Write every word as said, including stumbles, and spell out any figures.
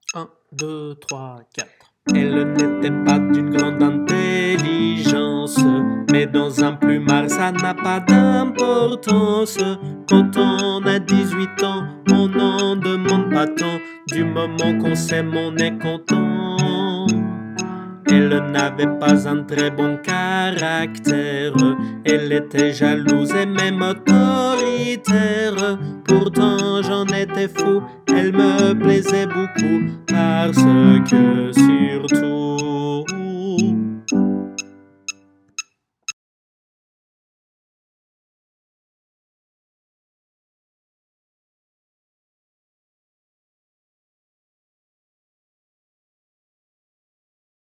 un, deux, trois, quatre. Elle n'était pas d'une grande intelligence, mais dans un plumard ça n'a pas d'importance. Quand on a dix-huit ans, on n'en demande pas tant, du moment qu'on s'aime on est content. Elle n'avait pas un très bon caractère, elle était jalouse et même autoritaire. Pourtant j'en étais fou, elle me plaisait beaucoup, parce que surtout